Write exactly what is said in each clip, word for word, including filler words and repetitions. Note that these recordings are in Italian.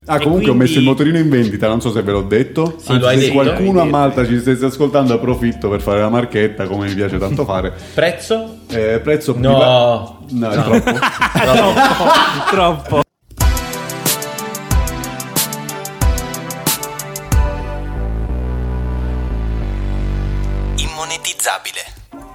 Ah, comunque quindi... ho messo il motorino in vendita, non so se ve l'ho detto. Sì, Anzi, lo hai se detto, qualcuno a detto. Malta ci stesse ascoltando, approfitto per fare la marchetta, come mi piace tanto fare. Prezzo? Eh, prezzo No, priva... no, no. è troppo. troppo, troppo. Immonetizzabile.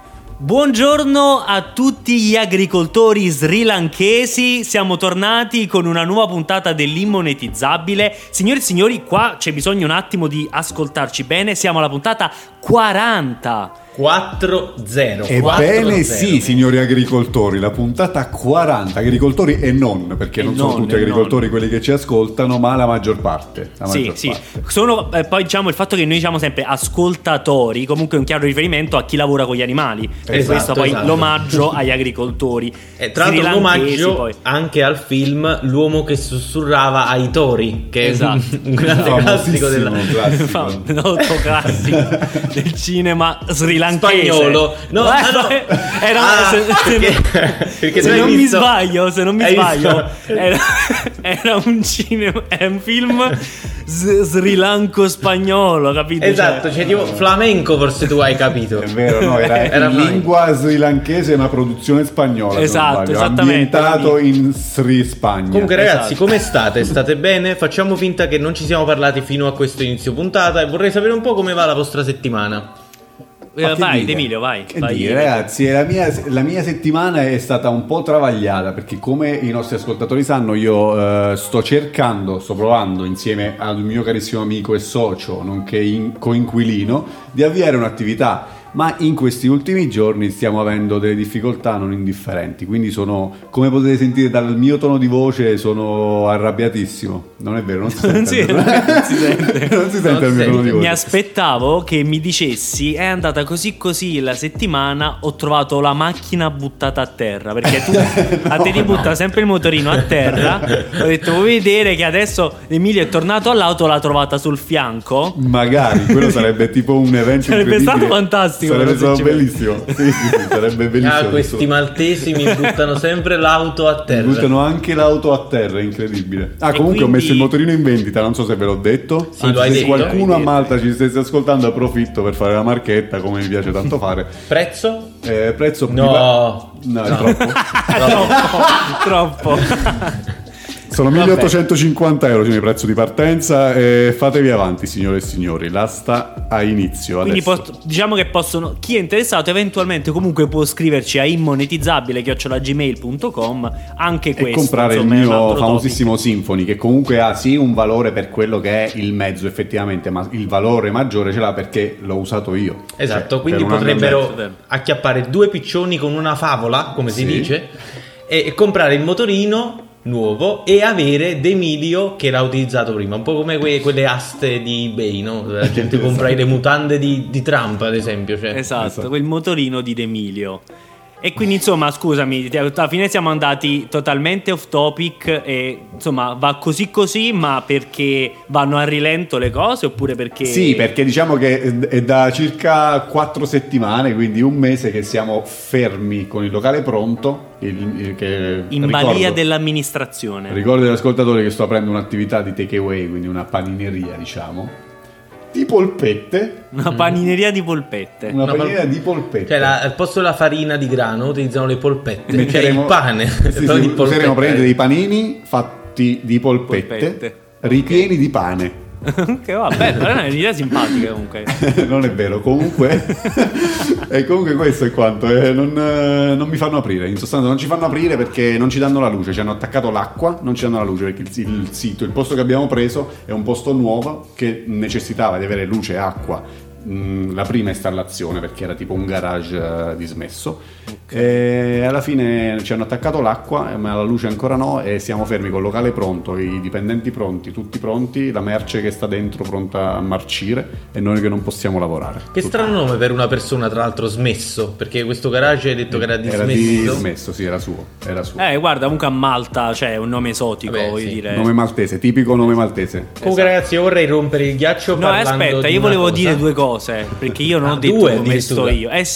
Buongiorno a tutti gli agricoltori srilankesi, siamo tornati con una nuova puntata dell'immonetizzabile. Signori e signori, qua c'è bisogno un attimo di ascoltarci bene, siamo alla puntata quaranta. quattro zero. Ebbene sì, signori agricoltori, la puntata quaranta, agricoltori e non, perché E non non, sono tutti e agricoltori non. quelli che ci ascoltano, ma la maggior parte. La Sì, maggior sì. parte. Sono eh, poi diciamo il fatto che noi diciamo sempre ascoltatori, comunque è un chiaro riferimento a chi lavora con gli animali. Per Esatto, questo poi esatto. l'omaggio agli agricoltori. E tra l'altro un srilankesi omaggio poi. anche al film L'uomo che sussurrava ai tori, che Esatto. è un, un grande classico della... classico. Noto classico del cinema srilankese. Spagnolo. No, Eh, ah, no. era- Ah, se, se- perché- perché se tu hai non mi visto- sbaglio, se non mi hai sbaglio, visto? era, era un cinema, è un film s- srilanco-spagnolo, capito? Esatto, Cioè, cioè tipo flamenco forse tu hai capito. È vero, no, era, Era in mai. lingua srilankese, una produzione spagnola. se non Esatto, sbaglio, esattamente, ambientato quindi- in Sri Spagna. Comunque ragazzi, Esatto. come state? State bene? Facciamo finta che non ci siamo parlati fino a questo inizio puntata e vorrei sapere un po' come va la vostra settimana. eh, Ma che vai, dire? Emilio, vai. Che vai. dire, ragazzi, la mia, la mia settimana è stata un po' travagliata perché, come i nostri ascoltatori sanno, io eh, sto cercando, sto provando insieme al mio carissimo amico e socio, nonché in- coinquilino, di avviare un'attività. Ma in questi ultimi giorni stiamo avendo delle difficoltà non indifferenti, quindi sono, come potete sentire dal mio tono di voce, sono arrabbiatissimo. Non è vero, non si sente. Sì, non si sente. Non si sente Non il mio si tono di voce. Mi aspettavo che mi dicessi è andata così così la settimana, ho trovato la macchina buttata a terra, perché tu a te ti butta sempre il motorino a terra. Ho detto vuoi vedere che adesso Emilio è tornato all'auto, l'ha trovata sul fianco. Magari, quello sarebbe tipo un evento Sarebbe incredibile. stato fantastico, Sarebbe però, stato se ci pensi. bellissimo. Sì, sì, sì, sarebbe bellissimo. Ah, questi maltesi mi buttano sempre l'auto a terra. Buttano anche l'auto a terra, è incredibile. Ah, E comunque ho quindi- messo il motorino in vendita, non so se ve l'ho detto. Sì, lo hai se detto, qualcuno a hai Malta ci stesse ascoltando, approfitto per fare la marchetta, come mi piace tanto fare. Prezzo? Eh, prezzo No. priva- no, è troppo. Troppo, troppo. Sono Vabbè. milleottocentocinquanta euro il prezzo di partenza e fatevi avanti, signore e signori, l'asta ha inizio Quindi adesso. pos- diciamo che possono, chi è interessato eventualmente comunque può scriverci a immonetizzabile chiocciola gmail punto com anche E questo, comprare insomma, il è un mio altro famosissimo Symphony, che comunque ha sì un valore per quello che è il mezzo effettivamente, ma il valore maggiore ce l'ha perché l'ho usato io. Esatto, Cioè, quindi per un anno e potrebbero mezzo. acchiappare due piccioni con una favola, come si Sì. dice, e, e comprare il motorino nuovo e avere D'Emilio che l'ha utilizzato prima, un po' come que- quelle aste di eBay, no? Dove la gente compra le mutande di, di Trump, ad esempio, cioè. Esatto, Esatto. quel motorino di D'Emilio. E quindi insomma scusami, alla fine siamo andati totalmente off topic e insomma va così così, ma perché vanno a rilento le cose oppure perché... Sì, perché diciamo che è da circa quattro settimane, quindi un mese, che siamo fermi con il locale pronto. Il, il- che, in ricordo- balia dell'amministrazione. Ricordo agli ascoltatori che sto aprendo un'attività di takeaway, quindi una panineria, diciamo, di polpette. Una panineria di polpette. Una Una panineria di polpette. Cioè la- al posto della farina di grano utilizzano le polpette, Metteremo- cioè il pane. Sì, sì, però di polpette. useremo praticamente dei panini fatti di polpette, Polpette. ripieni di pane. Che vabbè, però è un'idea simpatica comunque. Non è vero, comunque e comunque questo è quanto, eh, non, eh, non mi fanno aprire, in sostanza non ci fanno aprire perché non ci danno la luce, ci hanno attaccato l'acqua, non ci danno la luce perché il, il sito, il posto che abbiamo preso è un posto nuovo che necessitava di avere luce e acqua. mh, la prima installazione perché era tipo un garage eh, dismesso, e alla fine ci hanno attaccato l'acqua ma la luce ancora no, e siamo fermi col locale pronto, i dipendenti pronti, tutti pronti, la merce che sta dentro pronta a marcire e noi che non possiamo lavorare. Che strano nome per una persona, tra l'altro smesso, perché questo garage hai detto che era dismesso. Era dismesso, sì, era suo, era suo. Eh, guarda, comunque a Malta c'è cioè, un nome esotico, Vabbè, voglio sì. dire. Nome maltese, tipico nome maltese. Comunque ragazzi, io vorrei rompere il ghiaccio No, parlando aspetta, di io una volevo cosa. dire due cose, perché io non Ah, ho detto due come sto addirittura. io. Eh sì,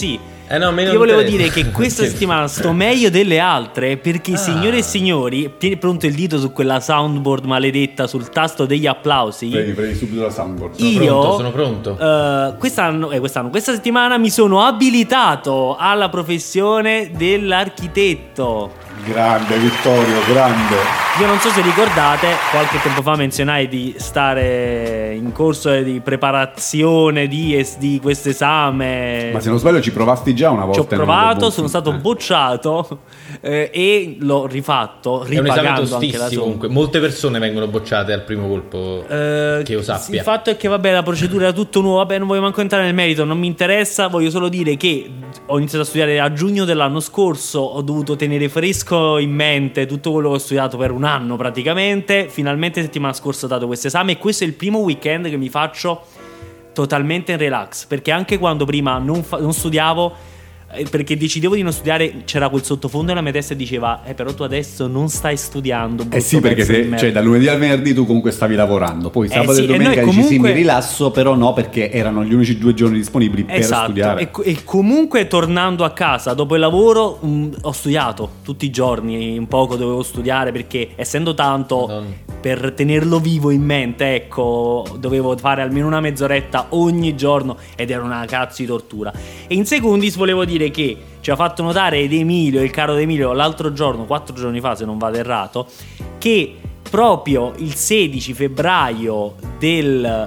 Eh no, a me non Io volevo interessa. dire che questa settimana sto meglio delle altre perché, Ah. signore e signori, tieni pronto il dito su quella soundboard maledetta, sul tasto degli applausi. Prendi, prendi subito la soundboard. Sono Io pronto, sono pronto. eh, quest'anno, eh, quest'anno, questa settimana mi sono abilitato alla professione dell'architetto. Grande Vittorio, grande. Io non so se ricordate, qualche tempo fa menzionai di stare in corso di preparazione di, es- di questo esame. Ma se non sbaglio ci provasti già una volta. Ci ho e non provato, lo sono bocci. stato Eh. bocciato eh, e l'ho rifatto, È un esame ripagando anche la tostissimo somma. comunque. Molte persone vengono bocciate al primo colpo. Eh, che io sappia. Il fatto è che vabbè, la procedura era tutto nuovo, vabbè, non voglio manco entrare nel merito, non mi interessa, voglio solo dire che ho iniziato a studiare a giugno dell'anno scorso, ho dovuto tenere fresco in mente tutto quello che ho studiato per un anno praticamente. Finalmente settimana scorsa ho dato questo esame e questo è il primo weekend che mi faccio totalmente in relax, perché anche quando prima non, fa- non studiavo, eh, perché decidevo di non studiare, c'era quel sottofondo nella mia testa e diceva eh però tu adesso non stai studiando, Eh sì, brutto perché pezzo di se, merda. cioè, dal lunedì al venerdì tu comunque stavi lavorando, poi Eh sabato sì, e e noi domenica dici sì, comunque- mi rilasso, però no, perché erano gli unici due giorni disponibili per Esatto, studiare. e, co- e comunque tornando a casa dopo il lavoro mh, ho studiato tutti i giorni, un poco dovevo studiare perché essendo tanto, Madonna. per tenerlo vivo in mente, ecco, dovevo fare almeno una mezz'oretta ogni giorno ed era una cazzo di tortura. E in secondis volevo dire che ci ha fatto notare Ed Emilio, il caro Ed Emilio, l'altro giorno, quattro giorni fa se non vado errato, che proprio il sedici febbraio del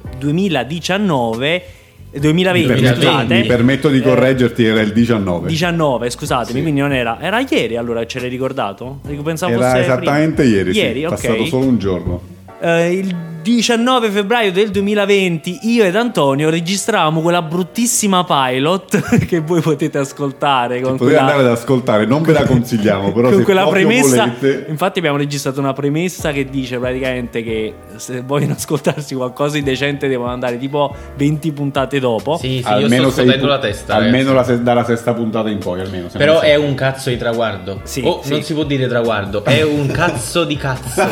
duemiladiciannove duemilaventi, Mi permetto, scusate, mi permetto di eh, correggerti, era il diciannove. diciannove, scusatemi, Sì. quindi non era. Era ieri, allora ce l'hai ricordato? Dico, pensavo Era fosse esattamente prima. ieri, Ieri, sì, ok. passato solo un giorno. Eh, il diciannove febbraio del duemilaventi io ed Antonio registravamo quella bruttissima pilot che voi potete ascoltare con Potete quella, andare ad ascoltare, non ve la consigliamo, però con se quella proprio premessa. volete... Infatti abbiamo registrato una premessa che dice praticamente che se vogliono ascoltarsi qualcosa di decente devono andare tipo venti puntate dopo. Sì, sì, io almeno sto sei scuotendo pu- la testa. almeno ragazzi. la se- dalla sesta puntata in poi, almeno. se Però non è sei- un cazzo di traguardo. Sì, Oh, sì. non si può dire traguardo, è un cazzo di cazzo.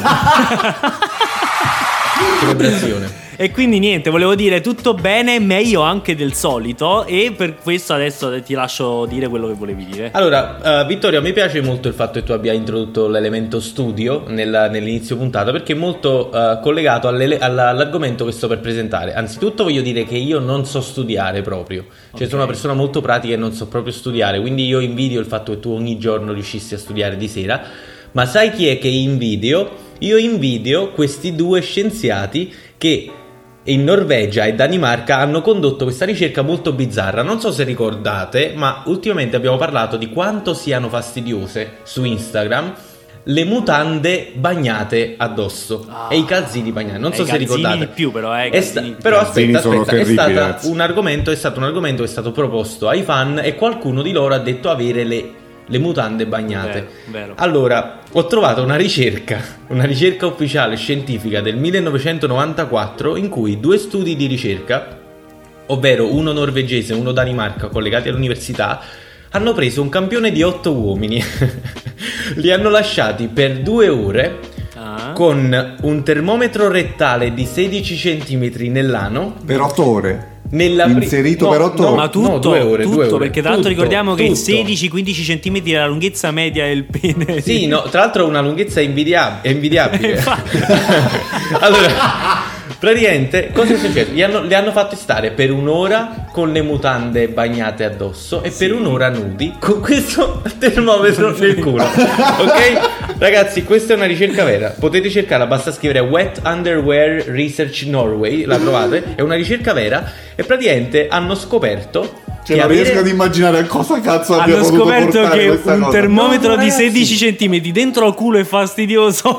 Celebrazione. E quindi niente, volevo dire tutto bene, meglio anche del solito. E per questo adesso ti lascio dire quello che volevi dire. Allora, uh, Vittorio, a me piace molto il fatto che tu abbia introdotto l'elemento studio nella- nell'inizio puntata, perché è molto uh, collegato all'ele- alla- all'argomento che sto per presentare. Anzitutto voglio dire che io non so studiare proprio, cioè Ok. sono una persona molto pratica e non so proprio studiare, quindi io invidio il fatto che tu ogni giorno riuscissi a studiare di sera. Ma sai chi è che invidio? Io invidio questi due scienziati che in Norvegia e Danimarca hanno condotto questa ricerca molto bizzarra. Non so se ricordate, ma ultimamente abbiamo parlato di quanto siano fastidiose su Instagram le mutande bagnate addosso Ah. e i calzini bagnati. Non Eh, so i se calzini ricordate. di più, però, eh, i È sta- calzini di però più. I calzini aspetta, sono aspetta, è, terribili, stata ragazzi. un argomento, è stato un argomento che è stato proposto ai fan e qualcuno di loro ha detto avere le, le mutande bagnate. Vero, vero. Allora, ho trovato una ricerca, una ricerca ufficiale scientifica del millenovecentonovantaquattro in cui due studi di ricerca, ovvero uno norvegese e uno Danimarca collegati all'università, hanno preso un campione di otto uomini, li hanno lasciati per due ore Ah. con un termometro rettale di sedici centimetri nell'ano. Per otto ore. Nella pri- Inserito no, per otto no, ore. Ma tutto, no, due ore, tutto due ore. perché tra l'altro Tutto, ricordiamo che il tutto. sedici quindici centimetri è la lunghezza media del pene. Sì, no, tra l'altro ha una lunghezza invidia- è invidiabile. Infatti. Allora, praticamente, cosa è successo? Li hanno, li hanno fatti stare per un'ora con le mutande bagnate addosso e per un'ora nudi con questo termometro nel culo. Ok? Ragazzi, questa è una ricerca vera. Potete cercarla, basta scrivere Wet Underwear Research Norway, la trovate. È una ricerca vera e praticamente hanno scoperto Cioè, che non avere- riesco ad immaginare a cosa cazzo abbia Hanno potuto scoperto portare che questa un cosa. termometro No, no, di ragazzi. sedici centimetri dentro al culo è fastidioso.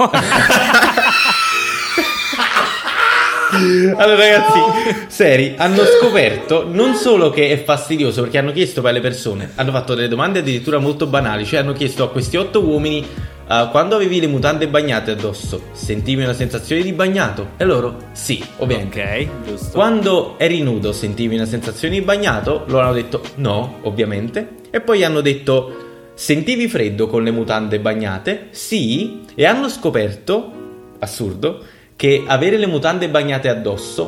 Allora ragazzi, seri, hanno scoperto non solo che è fastidioso, perché hanno chiesto per le persone, hanno fatto delle domande addirittura molto banali, cioè hanno chiesto a questi otto uomini uh, quando avevi le mutande bagnate addosso, sentivi una sensazione di bagnato? E loro sì, ovviamente. Ok, giusto. Quando eri nudo sentivi una sensazione di bagnato? Loro hanno detto no, ovviamente. E poi hanno detto sentivi freddo con le mutande bagnate? Sì. E hanno scoperto, assurdo, che avere le mutande bagnate addosso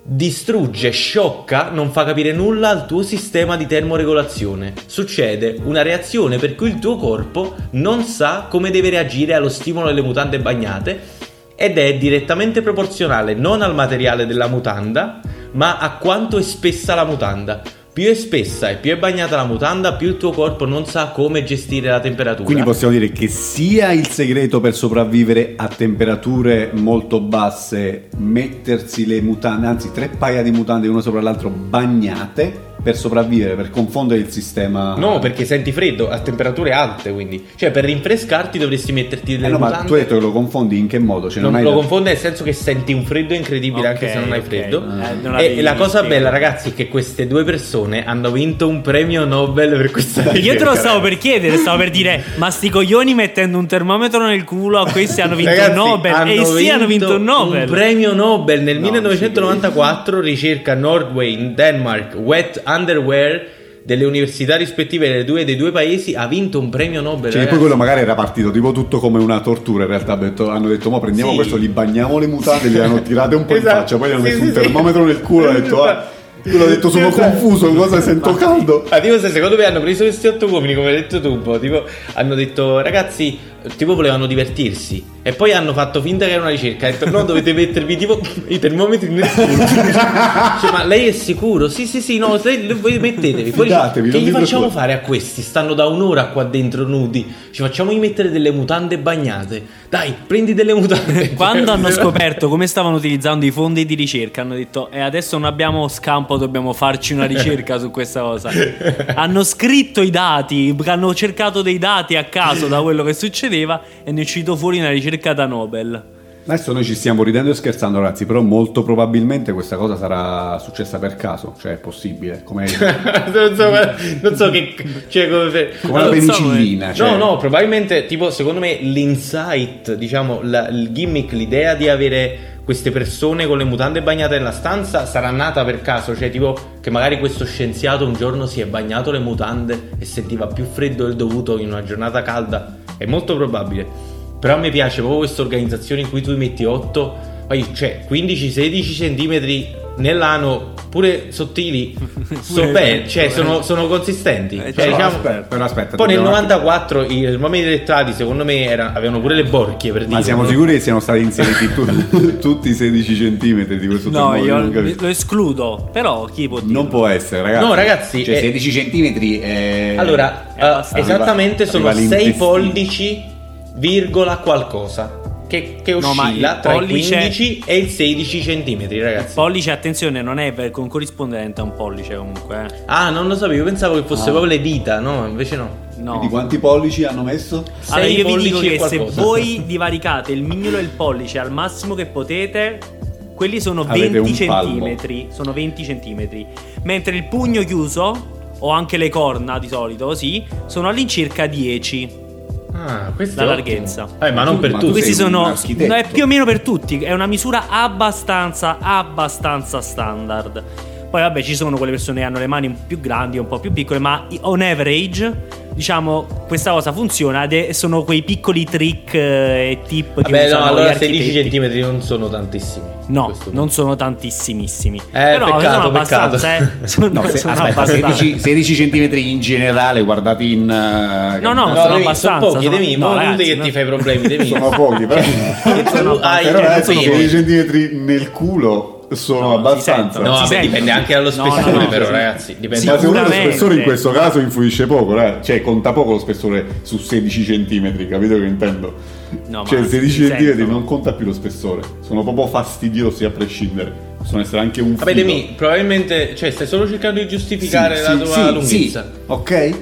distrugge, sciocca, non fa capire nulla al tuo sistema di termoregolazione. Succede una reazione per cui il tuo corpo non sa come deve reagire allo stimolo delle mutande bagnate ed è direttamente proporzionale non al materiale della mutanda, ma a quanto è spessa la mutanda. Più è spessa e più è bagnata la mutanda, più il tuo corpo non sa come gestire la temperatura. Quindi possiamo dire che sia il segreto per sopravvivere a temperature molto basse mettersi le mutande, anzi tre paia di mutande uno sopra l'altro bagnate per sopravvivere, per confondere il sistema. No, perché senti freddo a temperature alte, quindi cioè per rinfrescarti dovresti metterti delle eh no, mutande. Ma tu hai detto che lo confondi in che modo? Cioè, non non lo hai confondo nel senso che senti un freddo incredibile, okay, anche se non hai okay. freddo. Eh, e la cosa bella, ragazzi, è che queste due persone hanno vinto un premio Nobel per questa ricerca. Io te lo stavo per chiedere, stavo per dire, ma sti coglioni mettendo un termometro nel culo a questi hanno vinto Ragazzi, un Nobel. hanno E sì, hanno vinto un Nobel. Un premio Nobel nel No, millenovecentonovantaquattro, ricerca Norway in Denmark, Wet Underwear delle università rispettive delle due, dei due paesi, ha vinto un premio Nobel. Cioè, poi quello magari era partito tipo tutto come una tortura. In realtà hanno detto, hanno detto ma prendiamo Sì. questo, gli bagniamo le mutande, gli hanno tirate un po' Esatto. in faccia, poi gli hanno Sì, messo sì, un sì. termometro nel culo e ha detto ah, quello ha detto sono Esatto. confuso, cosa sento caldo. Ah, tipo se secondo me hanno preso questi otto uomini, come hai detto tu un po', tipo hanno detto ragazzi, tipo volevano divertirsi e poi hanno fatto finta che era una ricerca, hanno detto no, dovete mettervi tipo i termometri nel culo. Cioè, ma lei è sicuro? Sì sì sì, no, lei, voi mettetevi. Poi Fidatevi, che non gli vi facciamo preoccupate. fare a questi? Stanno da un'ora qua dentro nudi, ci facciamogli mettere delle mutande bagnate, dai, prendi delle mutande. Quando hanno scoperto come stavano utilizzando i fondi di ricerca, hanno detto e adesso non abbiamo scampo, dobbiamo farci una ricerca su questa cosa. Hanno scritto i dati, hanno cercato dei dati a caso da quello che succedeva e ne è uscito fuori una ricerca da Nobel. Adesso noi ci stiamo ridendo e scherzando, ragazzi, però molto probabilmente questa cosa sarà successa per caso, cioè è possibile, come, non, so, non so che cioè, come, come la non so, penicillina. eh. Cioè. No, no, probabilmente tipo secondo me l'insight, diciamo, la, il gimmick, l'idea di avere queste persone con le mutande bagnate nella stanza sarà nata per caso, cioè tipo che magari questo scienziato un giorno si è bagnato le mutande e sentiva più freddo del dovuto in una giornata calda, è molto probabile. Però a me piace proprio questa organizzazione in cui tu metti otto, poi cioè quindici sedici centimetri nell'ano, pure sottili, so bene, cioè sono, sono consistenti. Eh, Cioè, Però, diciamo, aspetta, però aspetta, poi nel dobbiamo- novantaquattro i termometri elettrati secondo me era, avevano pure le borchie, per dire. Ma siamo sicuri che siano stati inseriti tu- tutti i sedici centimetri di questo No, termometro? io Non capisco. lo escludo, però chi può dire? Non può essere, ragazzi. No, ragazzi, cioè eh, sedici centimetri è... Allora, È eh, abbastanza. esattamente Arriva- sono arriva sei l'intestino. pollici, virgola qualcosa. Che, che No, ma oscilla il tra pollice- i quindici e i sedici centimetri, ragazzi. Pollice, attenzione, non è per- con corrispondente a un pollice comunque. Eh. Ah, non lo sapevo, io pensavo che fosse Ah. proprio le dita, no? Invece no. No. Quindi quanti pollici hanno messo? Allora Sei io vi dico pollici e che se qualcosa. voi divaricate il mignolo e il pollice al massimo che potete, quelli sono Avete venti un palmo. centimetri. Sono venti centimetri. Mentre il pugno chiuso, o anche le corna di solito, sì, sono all'incirca dieci. Ah, questo La è larghezza. ottimo. Eh, ma non per Ma tu tutti. Questi sei un sono architetto. no, è più o meno per tutti, è una misura abbastanza abbastanza standard. Poi vabbè, ci sono quelle persone che hanno le mani più grandi e un po' più piccole, ma on average, diciamo, questa cosa funziona ed è- sono quei piccoli trick eh, e tip che Vabbè, no, usano gli allora architetti. sedici centimetri non sono tantissimi. No, Questo non sono tantissimissimi. Eh, Però peccato, sono abbastanza, peccato. eh. Sono, No, se- sono aspetta, abbastanza. sedici, sedici centimetri in generale, guardati in... eh, No, no, No, sono Demi, abbastanza. sono pochi, sono- Demi, no, non ragazzi, che no. ti fai problemi, Demi. sono pochi, però... Tu hai però il ragazzi, primo. sedici centimetri nel culo sono No, si abbastanza. sentono. No, si vabbè, sente. dipende anche dallo No, no, spessore, no, però, sì. ragazzi. Dipende. Ma secondo me lo Sicuramente. spessore in questo caso influisce poco, eh? Cioè conta poco lo spessore su sedici centimetri, capito che intendo? No, Cioè ma sedici si centimetri sentono. non conta più lo spessore, sono proprio fastidiosi a prescindere, possono essere anche un Vabbè, filo. Demi, probabilmente, cioè, stai solo cercando di giustificare Sì, la sì, tua sì, lunghezza. sì, ok?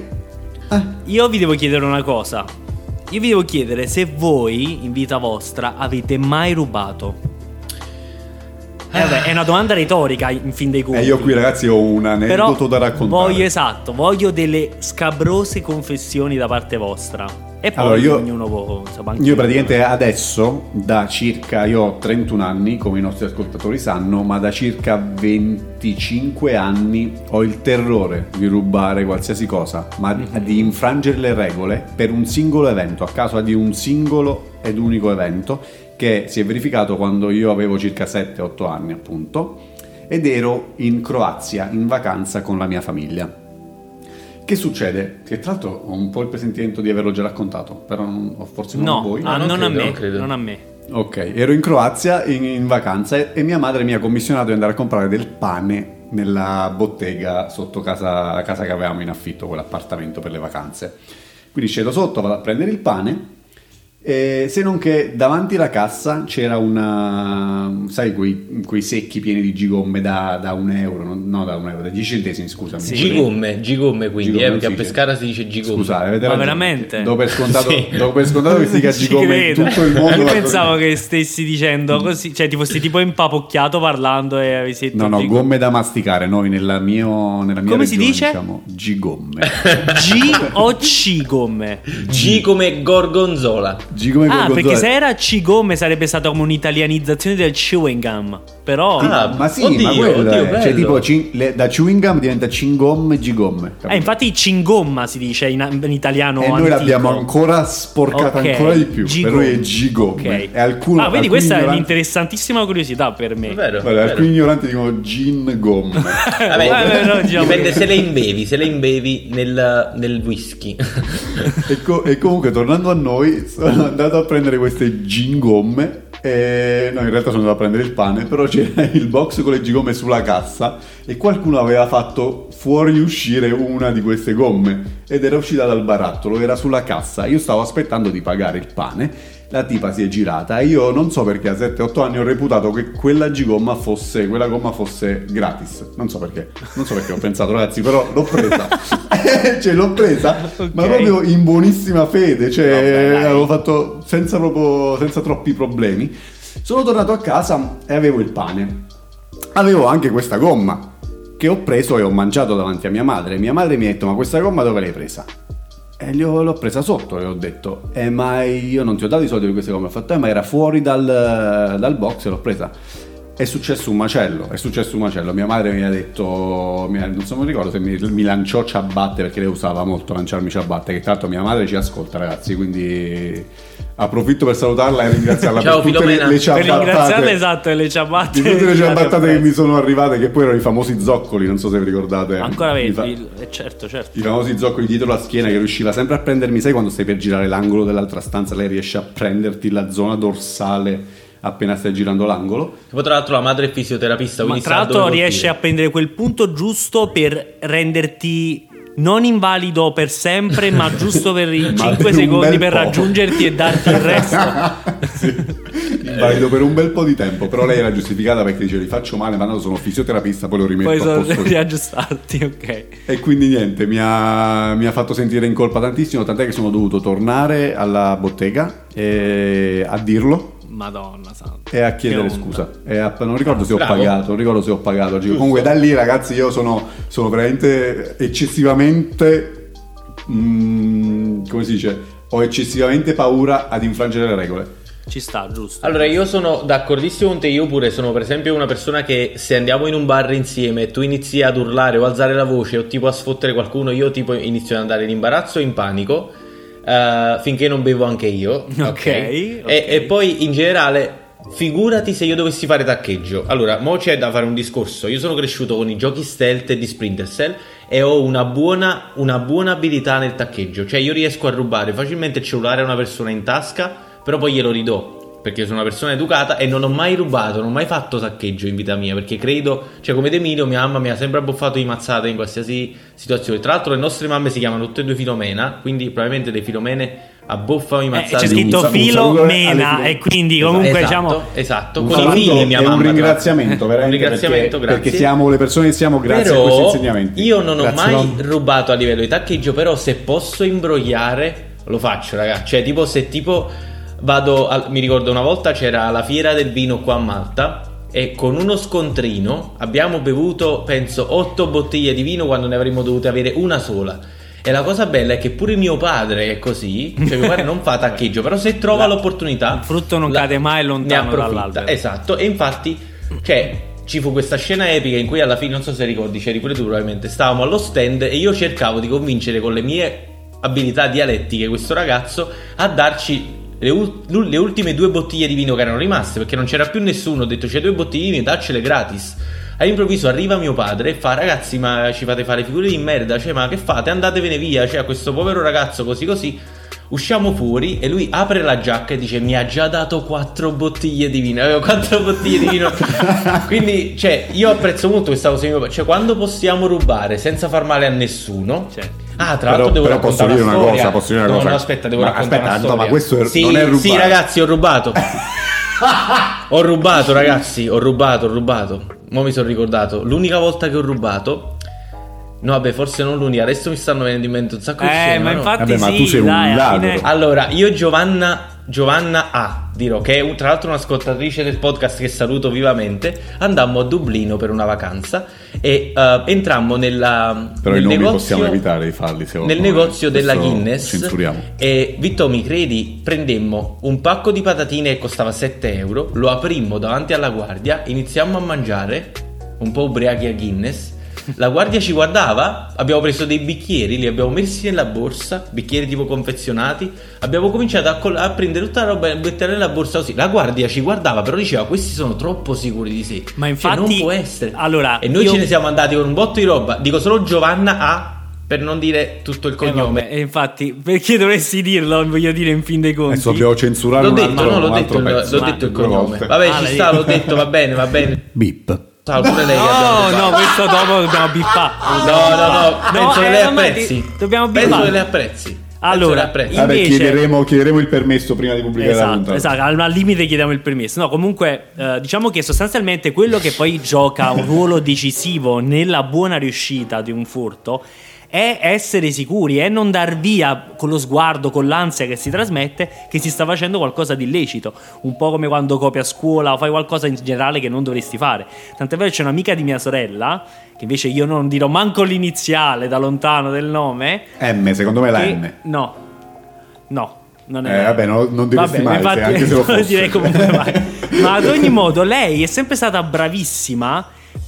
Io vi devo chiedere una cosa. Io vi devo chiedere se voi, in vita vostra, avete mai rubato. Eh, vabbè, è una domanda retorica, in fin dei conti. E io qui ragazzi ho un Però aneddoto da raccontare. voglio, esatto, voglio delle scabrose confessioni da parte vostra. E poi Allora, io- ognuno può, insomma, anche Io praticamente adesso, da circa, io ho trentuno anni, come i nostri ascoltatori sanno, ma da circa venticinque anni ho il terrore di rubare qualsiasi cosa, ma di, di infrangere le regole per un singolo evento, a causa di un singolo ed unico evento che si è verificato quando io avevo circa sette otto anni, appunto. ed ero in Croazia in vacanza con la mia famiglia. Che succede? Che tra l'altro ho un po' il presentimento di averlo già raccontato, però non, forse non No, a voi. ah, non non, credo, a me, non credo. non a me. Ok, ero in Croazia in, in vacanza e, e mia madre mi ha commissionato di andare a comprare del pane nella bottega sotto casa, la casa che avevamo in affitto, quell'appartamento per le vacanze. Quindi scendo sotto, vado a prendere il pane, e se non che davanti alla cassa c'era una, sai, quei, quei secchi pieni di gigomme da, da un euro, no, no da un euro, da dieci centesimi, scusami. Sì. Gigomme, gigomme quindi, Gigomme, eh, perché sì, a Pescara si dice gigomme. Scusate, avete Ma ragione. veramente? Do per scontato, Sì. do per scontato che si dica Ci gigomme in credo. tutto il mondo. Io ma- pensavo che stessi dicendo così, cioè ti fossi tipo impapocchiato parlando e avessi detto No, no, gigomme. gomme da masticare, noi nella, mio, nella mia Come si regione dice? diciamo gigomme. G o C gomme? G come gorgonzola. Gigomme Ah, gorgonzola. perché se era C gomme sarebbe stata come un'italianizzazione del chewing gum. Però Ah, ma sì, oddio, ma quello oddio, è, cioè bello. tipo cin- le- da chewing gum diventa cingomme gigomme. eh, infatti cingomma si dice in, in italiano E noi antico. l'abbiamo ancora sporcata Ok, ancora di più. gigomme. Per noi è gigomme. Ok. E alcuno, ah, vedi, alcuni questa è ignoranti- un'interessantissima curiosità per me. È vero, Guarda, è vero. alcuni ignoranti dicono gin gomme. Vabbè, Eh, no, diciamo dipende che- se le imbevi, se le imbevi nel, nel whisky. e, co- e comunque tornando a noi sono andato a prendere queste gingomme e no, in realtà sono andato a prendere il pane, però c'era il box con le gigomme sulla cassa e qualcuno aveva fatto fuoriuscire una di queste gomme ed era uscita dal barattolo, era sulla cassa. Io stavo aspettando di pagare il pane, la tipa si è girata e io non so perché a sette otto anni ho reputato che quella gigomma fosse quella gomma fosse gratis, non so perché non so perché ho pensato, ragazzi, però l'ho presa. Cioè l'ho presa Ok. ma proprio in buonissima fede, cioè Vabbè, dai. avevo fatto senza proprio senza troppi problemi. Sono tornato a casa e avevo il pane, avevo anche questa gomma che ho preso e ho mangiato davanti a mia madre. Mia madre mi ha detto: ma questa gomma dove l'hai presa? E gli ho- l'ho presa sotto e ho detto: eh ma io non ti ho dato i soldi per queste gomme. Ho fatto: eh ma era fuori dal, dal box e l'ho presa. È successo un macello, è successo un macello. Mia madre mi ha detto, mi ha- non so, non ricordo se mi, mi lanciò ciabatte, perché lei usava molto lanciarmi ciabatte, che tra l'altro mia madre ci ascolta, ragazzi, quindi approfitto per salutarla e ringraziarla Ciao, per tutte le, Filomena. le Per ciabattate. ringraziarle, esatto, e le ciabatte. Di tutte le che ciabattate che abbiamo mi sono arrivate, che poi erano i famosi zoccoli, non so se vi ricordate. preso. Ancora I vedi, fa- eh, certo, certo. I famosi zoccoli dietro la schiena che riusciva sempre a prendermi, sai quando stai per girare l'angolo dell'altra stanza, lei riesce a prenderti la zona dorsale appena stai girando l'angolo. Poi tra l'altro la madre è fisioterapista, Ma quindi tra sa l'altro dove riesce a colpire. prendere quel punto giusto per renderti non invalido per sempre, ma giusto per i Ma cinque per un secondi bel per po'. raggiungerti e darti il resto. Sì, invalido per un bel po' di tempo, però lei era giustificata perché dice: li faccio male, ma no, sono fisioterapista, poi lo rimetto Poi a sono posto. riaggiustarti, ok. E quindi niente, mi ha, mi ha fatto sentire in colpa tantissimo, tant'è che sono dovuto tornare alla bottega e a dirlo Madonna santa. e a chiedere Che onda. scusa. E a- non ricordo se ho Bravo. pagato, non ricordo se ho pagato. Comunque da lì, ragazzi, io sono, sono veramente eccessivamente, mm, come si dice, ho eccessivamente paura ad infrangere le regole. Ci sta, giusto. Allora io sono d'accordissimo con te, io pure sono per esempio una persona che se andiamo in un bar insieme e tu inizi ad urlare o alzare la voce o tipo a sfottere qualcuno, io tipo inizio ad andare in imbarazzo o in panico eh, finché non bevo anche io. Ok, ok. E, e poi in generale figurati se io dovessi fare taccheggio. Allora, mo c'è da fare un discorso. Io sono cresciuto con i giochi stealth e di Splinter Cell e ho una buona, una buona abilità nel taccheggio. Cioè io riesco a rubare facilmente il cellulare a una persona in tasca, però poi glielo ridò, perché sono una persona educata e non ho mai rubato, non ho mai fatto saccheggio in vita mia, perché credo, cioè come Emilio, mia mamma mi ha sempre abboffato di mazzate in qualsiasi situazione. Tra l'altro le nostre mamme si chiamano tutte e due Filomena, quindi probabilmente le Filomene abboffano i Eh, mazzate. c'è un scritto sa- un Filo saluto alle Mena Filomene. e quindi comunque esatto, diciamo esatto, Un con i saluto figli mia e mamma. un tra ringraziamento, l'altro. veramente, Un ringraziamento, perché, grazie. perché siamo le persone che siamo grazie Però a questi insegnamenti. io non ho Grazie, mai mamma. rubato a livello di taccheggio, però se posso imbrogliare lo faccio, ragazzi. Cioè tipo se tipo vado al- mi ricordo una volta c'era la fiera del vino qua a Malta e con uno scontrino abbiamo bevuto penso otto bottiglie di vino quando ne avremmo dovute avere una sola. E la cosa bella è che pure mio padre è così, cioè mio padre non fa taccheggio, però se trova La- l'opportunità il frutto non la- cade mai ne lontano approfitta. dall'albero. Esatto, e infatti cioè ci fu questa scena epica in cui alla fine, non so se ricordi, c'eri pure tu probabilmente, stavamo allo stand e io cercavo di convincere con le mie abilità dialettiche questo ragazzo a darci le, ul- le ultime due bottiglie di vino che erano rimaste, perché non c'era più nessuno. Ho detto: c'è due bottiglie di vino, daccele gratis. All'improvviso arriva mio padre e fa: ragazzi, ma ci fate fare figure di merda, cioè ma che fate? Andatevene via, cioè a questo povero ragazzo così così. Usciamo fuori e lui apre la giacca e dice: mi ha già dato quattro bottiglie di vino. Avevo quattro bottiglie di vino. Quindi, cioè, io apprezzo molto questa cosa. Cioè, quando possiamo rubare senza far male a nessuno. Cioè. Ah, tra l'altro devo però posso raccontare dire una, una storia. cosa, posso dire una no, cosa. No, aspetta, devo ma raccontare aspetta, una storia. No, ma questo è, sì, non è rubato. Sì, ragazzi, ho rubato. Ho rubato, ragazzi, ho rubato, ho rubato. Mo' mi sono ricordato. L'unica volta che ho rubato. No, vabbè, forse non l'unica. Adesso mi stanno venendo in mente un sacco di Eh, scene, ma no? infatti Vabbè, ma sì, tu sei un dai, alla ladro. fine- Allora, io e Giovanna Giovanna A, dirò, che è un- tra l'altro un'ascoltatrice del podcast che saluto vivamente, andammo a Dublino per una vacanza e uh, entrammo nella, Però nel i nomi negozio, possiamo evitare di farli, secondo nel me. negozio della Questo Guinness. censuriamo. E Vitto, mi credi, prendemmo un pacco di patatine che costava sette euro, lo aprimmo davanti alla guardia, iniziammo a mangiare un po' ubriachi a Guinness. La guardia ci guardava, abbiamo preso dei bicchieri, li abbiamo messi nella borsa, bicchieri tipo confezionati, abbiamo cominciato a, col- a prendere tutta la roba e metterla nella borsa così. La guardia ci guardava, però diceva: questi sono troppo sicuri di sé. Ma Cioè, infatti, non può essere. allora, e noi io- ce ne siamo andati con un botto di roba. Dico solo Giovanna A, per non dire tutto il Eh, cognome. vabbè, e infatti, perché dovresti dirlo? Voglio dire, in fin dei conti. Adesso dobbiamo censurare L'ho un detto, altro, no, l'ho un detto, altro il- pezzo. l'ho detto il Due cognome. volte. Vabbè, Ah, ci l'hai sta, detto. l'ho detto, va bene, va bene. Bip. Sa, pure lei abbiamo No, no, questo dopo dobbiamo bippare. No, no, no, penso eh, che lei ormai apprezzi. ti- dobbiamo Penso bippare. che lei apprezzi. Allora, Penso che lei apprezzi. Vabbè, Invece- chiederemo, chiederemo il permesso prima di pubblicare la Esatto, puntata. esatto, al al limite chiediamo il permesso. No, comunque eh, diciamo che sostanzialmente quello che poi gioca un ruolo decisivo nella buona riuscita di un furto è essere sicuri, è non dar via con lo sguardo, con l'ansia che si trasmette, che si sta facendo qualcosa di illecito. Un po' come quando copi a scuola o fai qualcosa in generale che non dovresti fare. Tant'è vero, c'è un'amica di mia sorella, che invece io non dirò manco l'iniziale da lontano del nome. M, secondo me è la che- M. No, no. Non è Eh, vabbè, no- non diresti Vabbè, mai, infatti, se anche se lo non fosse. direi comunque mai. Ma ad ogni modo, lei è sempre stata bravissima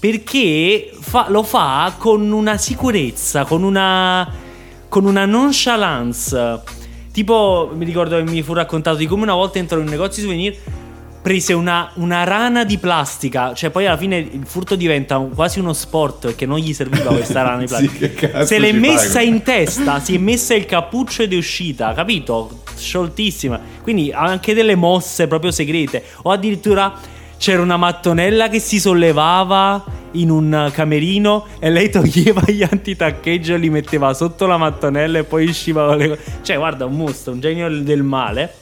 perché fa- lo fa con una sicurezza, con una, con una nonchalance. Tipo, mi ricordo che mi fu raccontato di come una volta entrò in un negozio di souvenir, prese una, una rana di plastica, cioè poi alla fine il furto diventa un- quasi uno sport perché non gli serviva questa rana di Sì, plastica. che cazzo Se l'è ci messa fai? in testa, si è messa il cappuccio ed è uscita, capito? Scioltissima. Quindi ha anche delle mosse proprio segrete. O addirittura c'era una mattonella che si sollevava in un camerino e lei toglieva gli antitaccheggio e li metteva sotto la mattonella e poi usciva con le cose. Cioè, guarda, un mostro, un genio del male.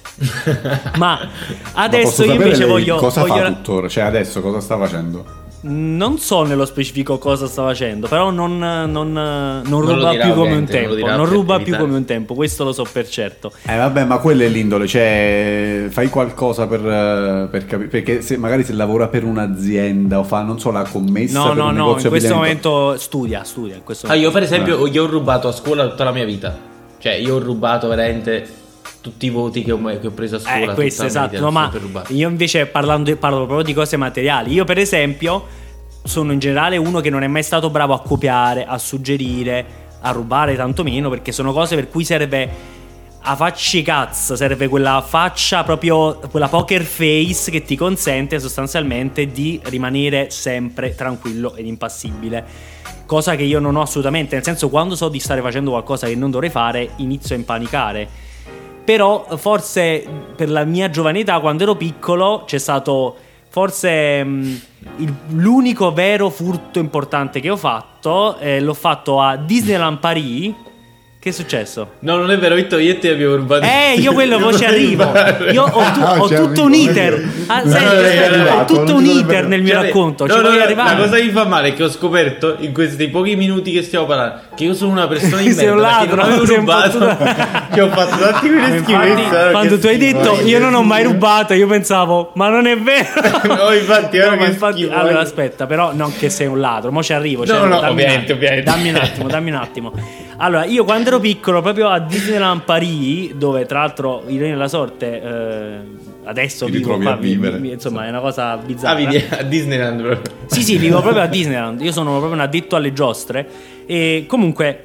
Ma Ma adesso posso io sapere invece lei voglio, cosa voglio fa ra- tuttora? Cioè adesso cosa sta facendo? non so nello specifico cosa sta facendo, però non, non, non lo ruba dirà, più come un ovviamente, non lo tempo. dirà Non per ruba più evitare. come un tempo, questo lo so per certo. Eh vabbè, ma quella è l'indole, cioè fai qualcosa per, eh, per capire, perché se magari se lavora per un'azienda o fa, non so, la commessa No, per no, un no, negozio in questo abitante- momento studia, studia. In questo Ah, io per Eh. esempio io ho rubato a scuola tutta la mia vita. Cioè io ho rubato veramente tutti i voti che ho, che ho preso a scuola. Eh, questo tutta la mia esatto, vita, no, ho ma sempre rubato. io invece parlando, parlo proprio di cose materiali. Io per esempio sono in generale uno che non è mai stato bravo a copiare, a suggerire, a rubare tantomeno, perché sono cose per cui serve a facci cazzo, serve quella faccia proprio, quella poker face che ti consente sostanzialmente di rimanere sempre tranquillo ed impassibile. Cosa che io non ho assolutamente, nel senso, quando so di stare facendo qualcosa che non dovrei fare inizio a impanicare. Però forse per la mia giovane età, quando ero piccolo, c'è stato forse mh, il- l'unico vero furto importante che ho fatto. Eh, l'ho fatto a Disneyland Paris. Che è successo? No, non è vero, Vitto, io e te abbiamo rubato. Eh, io quello poi ci arrivo. Io ho, tu- Ah, ho ci tutto arrivo, un io. iter. Ah, No, senti, no, aspetta, è arrivato, ho tutto non un ti devo iter nel mio Cioè, racconto. no, Ci no, voglio no, arrivare. la cosa che mi fa male è che ho scoperto in questi pochi minuti che stiamo parlando che io sono una persona di Sei un merda, perché ladro, non avevo sei un rubato. fottuto- Che ho fatto tanti quelle Infatti, schifezze. eh, quando che tu hai schifo, detto eh, io che non ho mai schifo. rubato, io pensavo, ma non è vero. No, infatti, No, ora ma che infatti- schifo, allora eh. aspetta, però non che sei un ladro, mo ci arrivo. ci No, arrivo, no, dammi ovviamente, un attimo, ovviamente. dammi un attimo, dammi un attimo. Allora, io quando ero piccolo, proprio a Disneyland Paris, dove tra l'altro ironia della sorte, eh, adesso Ti vivo ritrovi qua, a vivere. mi- mi- insomma, è una cosa bizzarra. Ah, vedi, a Disneyland proprio. Sì, sì, vivo proprio a Disneyland. Io sono proprio un addetto alle giostre. E comunque,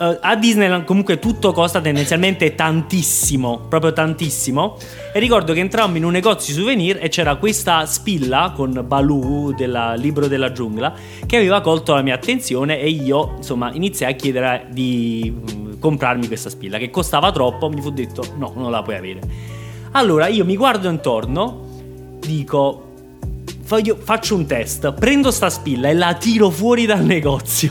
uh, a Disneyland comunque tutto costa tendenzialmente tantissimo, proprio tantissimo. E ricordo che entrammo in un negozio souvenir e c'era questa spilla con Baloo del libro della giungla che aveva colto la mia attenzione, e io insomma iniziai a chiedere di uh, comprarmi questa spilla che costava troppo. Mi fu detto no, non la puoi avere. Allora io mi guardo intorno, dico Io faccio un test, prendo sta spilla e la tiro fuori dal negozio.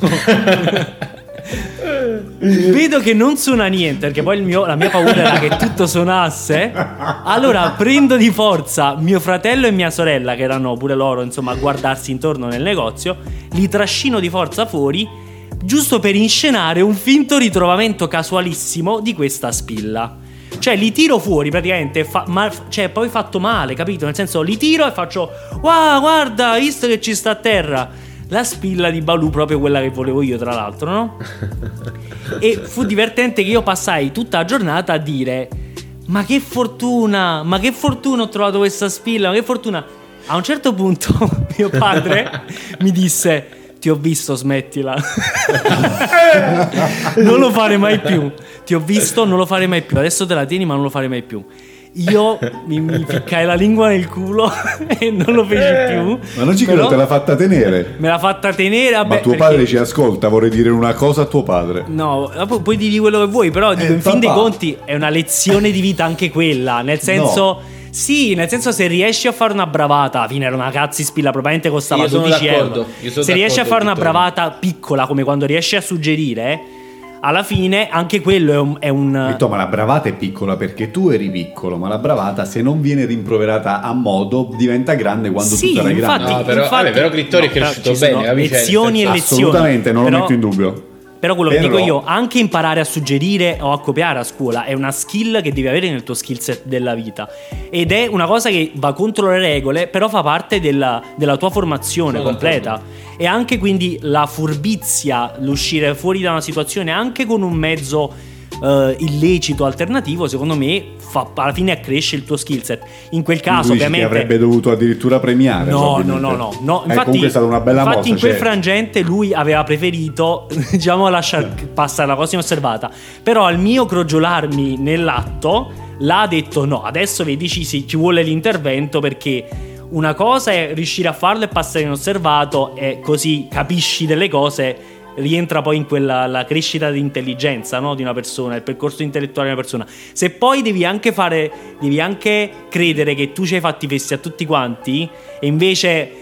Vedo che non suona niente, perché poi il mio, la mia paura era che tutto suonasse. Allora prendo di forza mio fratello e mia sorella, che erano pure loro insomma a guardarsi intorno nel negozio, li trascino di forza fuori, giusto per inscenare un finto ritrovamento casualissimo di questa spilla. Cioè li tiro fuori praticamente, fa, ma, cioè poi fatto male, capito? Nel senso li tiro e faccio wow, guarda, visto che ci sta a terra la spilla di Baloo, proprio quella che volevo io tra l'altro, no? E fu divertente che io passai tutta la giornata a dire ma che fortuna, ma che fortuna ho trovato questa spilla, ma che fortuna. A un certo punto mio padre mi disse ti ho visto, smettila. Non lo fare mai più. Ti ho visto, non lo fare mai più. Adesso te la tieni ma non lo fare mai più. Io mi, mi ficcai la lingua nel culo e non lo feci più. Ma non ci credo, te l'ha fatta tenere. Me l'ha fatta tenere, vabbè, ma tuo perché... padre ci ascolta, vorrei dire una cosa a tuo padre. No, puoi dire quello che vuoi, però dico, eh, in fin dei conti è una lezione di vita anche quella. Nel senso... No. Sì, nel senso, se riesci a fare una bravata, alla fine era una cazzi spilla, probabilmente costava dodici euro. Se riesci a fare una bravata piccola, come quando riesci a suggerire, alla fine anche quello è un, è un... Vitto, ma la bravata è piccola perché tu eri piccolo, ma la bravata, se non viene rimproverata a modo, diventa grande quando sì, tu sarai infatti, grande. No, però, infatti, vabbè, però Grittori no, è cresciuto bene, capisci? Lezioni e lezioni. Assolutamente, non però... lo metto in dubbio. Però quello Però... che dico io, anche imparare a suggerire o a copiare a scuola è una skill che devi avere nel tuo skill set della vita, ed è una cosa che va contro le regole, però fa parte della, della tua formazione Sono completa d'accordo. E anche quindi la furbizia, l'uscire fuori da una situazione anche con un mezzo Uh, illecito alternativo, secondo me fa, alla fine accresce il tuo skill set. In quel caso ovviamente che avrebbe dovuto addirittura premiare. No no no no, no. Infatti, eh, comunque è stata una bella infatti mossa, in quel cioè... frangente lui aveva preferito diciamo lasciare passare la cosa inosservata, però al mio crogiolarmi nell'atto l'ha detto no, adesso vedi ci, ci vuole l'intervento, perché una cosa è riuscire a farlo e passare inosservato e così capisci delle cose, rientra poi in quella la crescita di intelligenza, no? Di una persona, il percorso intellettuale di una persona. Se poi devi anche fare, devi anche credere che tu ci hai fatti fessi a tutti quanti e invece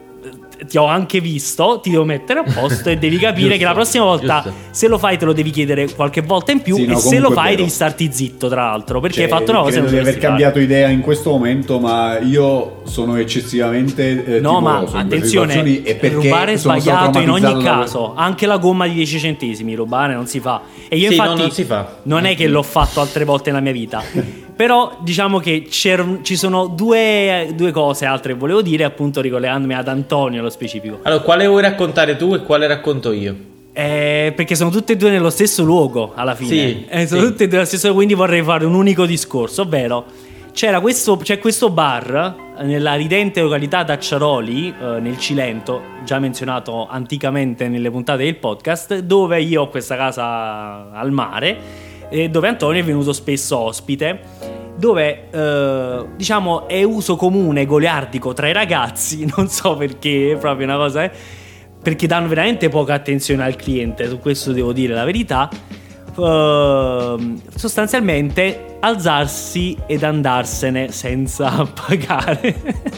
ti ho anche visto, ti devo mettere a posto e devi capire giusto, che la prossima volta giusto. Se lo fai te lo devi chiedere qualche volta in più, sì, e no, se lo fai devi starti zitto tra l'altro, perché cioè, hai fatto una cosa. Credo di aver cambiato idea in questo momento, ma io sono eccessivamente eh, no ma attenzione, e perché rubare è sbagliato in ogni caso, anche la gomma di dieci centesimi rubare non si fa, e io sì, infatti no, non, si fa. Non è che l'ho fatto altre volte nella mia vita. Però diciamo che ci sono due, due cose altre che volevo dire, appunto ricollegandomi ad Antonio nello specifico. Allora, quale vuoi raccontare tu e quale racconto io? Eh, perché sono tutte e due nello stesso luogo alla fine. Sì, eh, sono sì. tutte e due nello stesso luogo, quindi vorrei fare un unico discorso, ovvero c'era questo, c'è questo bar nella ridente località d'Acciaroli, eh, nel Cilento, già menzionato anticamente nelle puntate del podcast, dove io ho questa casa al mare, e dove Antonio è venuto spesso ospite, dove eh, diciamo è uso comune goliardico tra i ragazzi, non so perché, è proprio una cosa, eh, perché danno veramente poca attenzione al cliente, su questo devo dire la verità. Uh, sostanzialmente alzarsi ed andarsene senza pagare.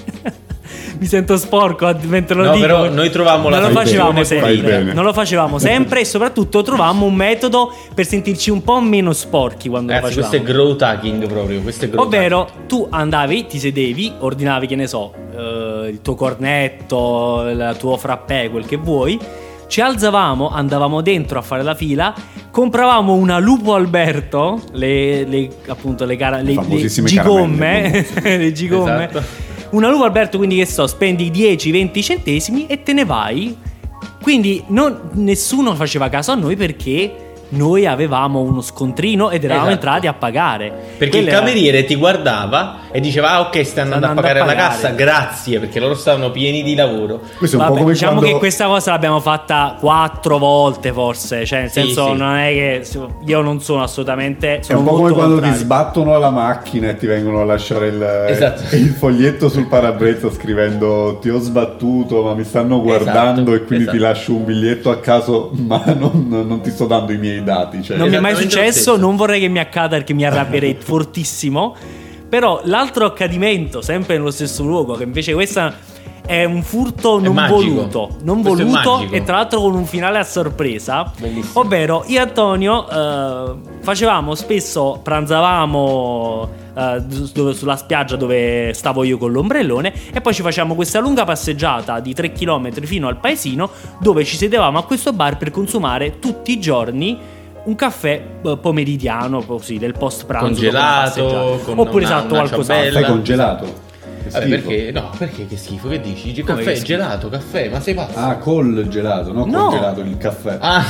Mi sento sporco mentre lo no, dico. Però noi trovavamo la non lo facevamo sempre. Bene. Non lo facevamo sempre e soprattutto trovavamo un metodo per sentirci un po' meno sporchi quando Ragazzi, lo facevamo. Questo è growth hacking proprio, questo è growth Ovvero hacking. Tu andavi, ti sedevi, ordinavi, che ne so, uh, il tuo cornetto, il tuo frappè, quel che vuoi. Ci alzavamo, andavamo dentro a fare la fila, compravamo una Lupo Alberto, le, le appunto le, cara, le, le gigomme, le gigomme. Esatto. Una Lupo Alberto, quindi che so, spendi dieci venti centesimi e te ne vai. Quindi non, nessuno faceva caso a noi perché noi avevamo uno scontrino ed eravamo Esatto. entrati a pagare. Perché Quella il era- cameriere ti guardava e diceva ah ok stai andando, andando a pagare a alla pagare. cassa, grazie, perché loro stavano pieni di lavoro. Questo è un Vabbè, po' come diciamo quando... che questa cosa l'abbiamo fatta quattro volte forse, cioè nel Sì, senso sì. non è che io non sono assolutamente È sono un po' come molto quando ti contrario. sbattono alla macchina e ti vengono a lasciare il, Esatto. il foglietto sul parabrezza scrivendo ti ho sbattuto ma mi stanno guardando Esatto, e quindi esatto. ti lascio un biglietto a caso ma non, non ti sto dando i miei dati. Cioè. Non mi è mai Esattamente lo successo, stesso. non vorrei che mi accada perché mi arrabbierei fortissimo. Però l'altro accadimento, sempre nello stesso luogo, che invece questa è un furto È non magico. voluto, non Questo è voluto magico. e tra l'altro con un finale a sorpresa. Bellissimo. Ovvero io e Antonio eh, facevamo spesso, pranzavamo eh, dove- sulla spiaggia dove stavo io con l'ombrellone e poi ci facevamo questa lunga passeggiata di tre chilometri fino al paesino dove ci sedevamo a questo bar per consumare tutti i giorni un caffè eh, pomeridiano, così del post pranzo Congelato, dopo la passeggiata. con oppure una- esatto una qualcos'altro. ciambella. Caffè congelato. Che Vabbè, schifo. perché no, perché che schifo, che dici? Dici Come caffè, che schifo? gelato, caffè, ma sei pazzo? Ah, col gelato, no, No. congelato il caffè. Ah.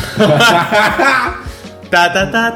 Ta ta ta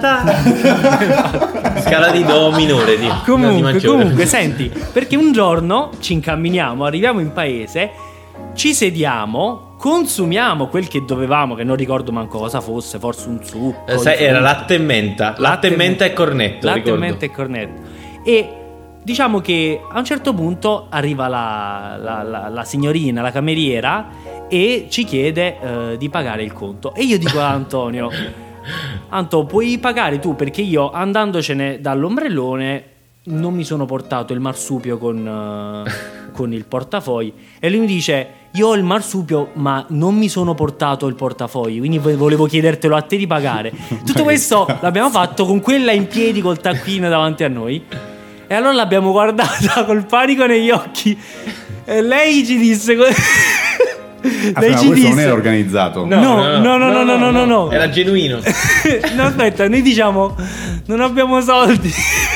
ta. Scala di do minore di, di Comunque, maggiore. comunque, senti, perché un giorno ci incamminiamo, arriviamo in paese, ci sediamo, consumiamo quel che dovevamo, che non ricordo manco cosa fosse, forse un succo. Eh, sai, di era frutta. latte e menta, latte e menta e cornetto, Latte e ricordo. menta e cornetto. E diciamo che a un certo punto arriva la, la- la- la signorina, la cameriera, e ci chiede eh, di pagare il conto. E io dico a Antonio: Anto, puoi pagare tu? Perché io andandocene dall'ombrellone non mi sono portato il marsupio con, eh, con il portafogli. E lui mi dice: io ho il marsupio ma non mi sono portato il portafogli, quindi vo- volevo chiedertelo a te di pagare. Tutto questo l'abbiamo fatto con quella in piedi col taccuino davanti a noi. E allora l'abbiamo guardata col panico negli occhi e lei ci disse co- Aspetta, lei ma ci questo non disse era organizzato. No, no, no, no, no, no, no, no. Era genuino. no, aspetta, noi diciamo non abbiamo soldi.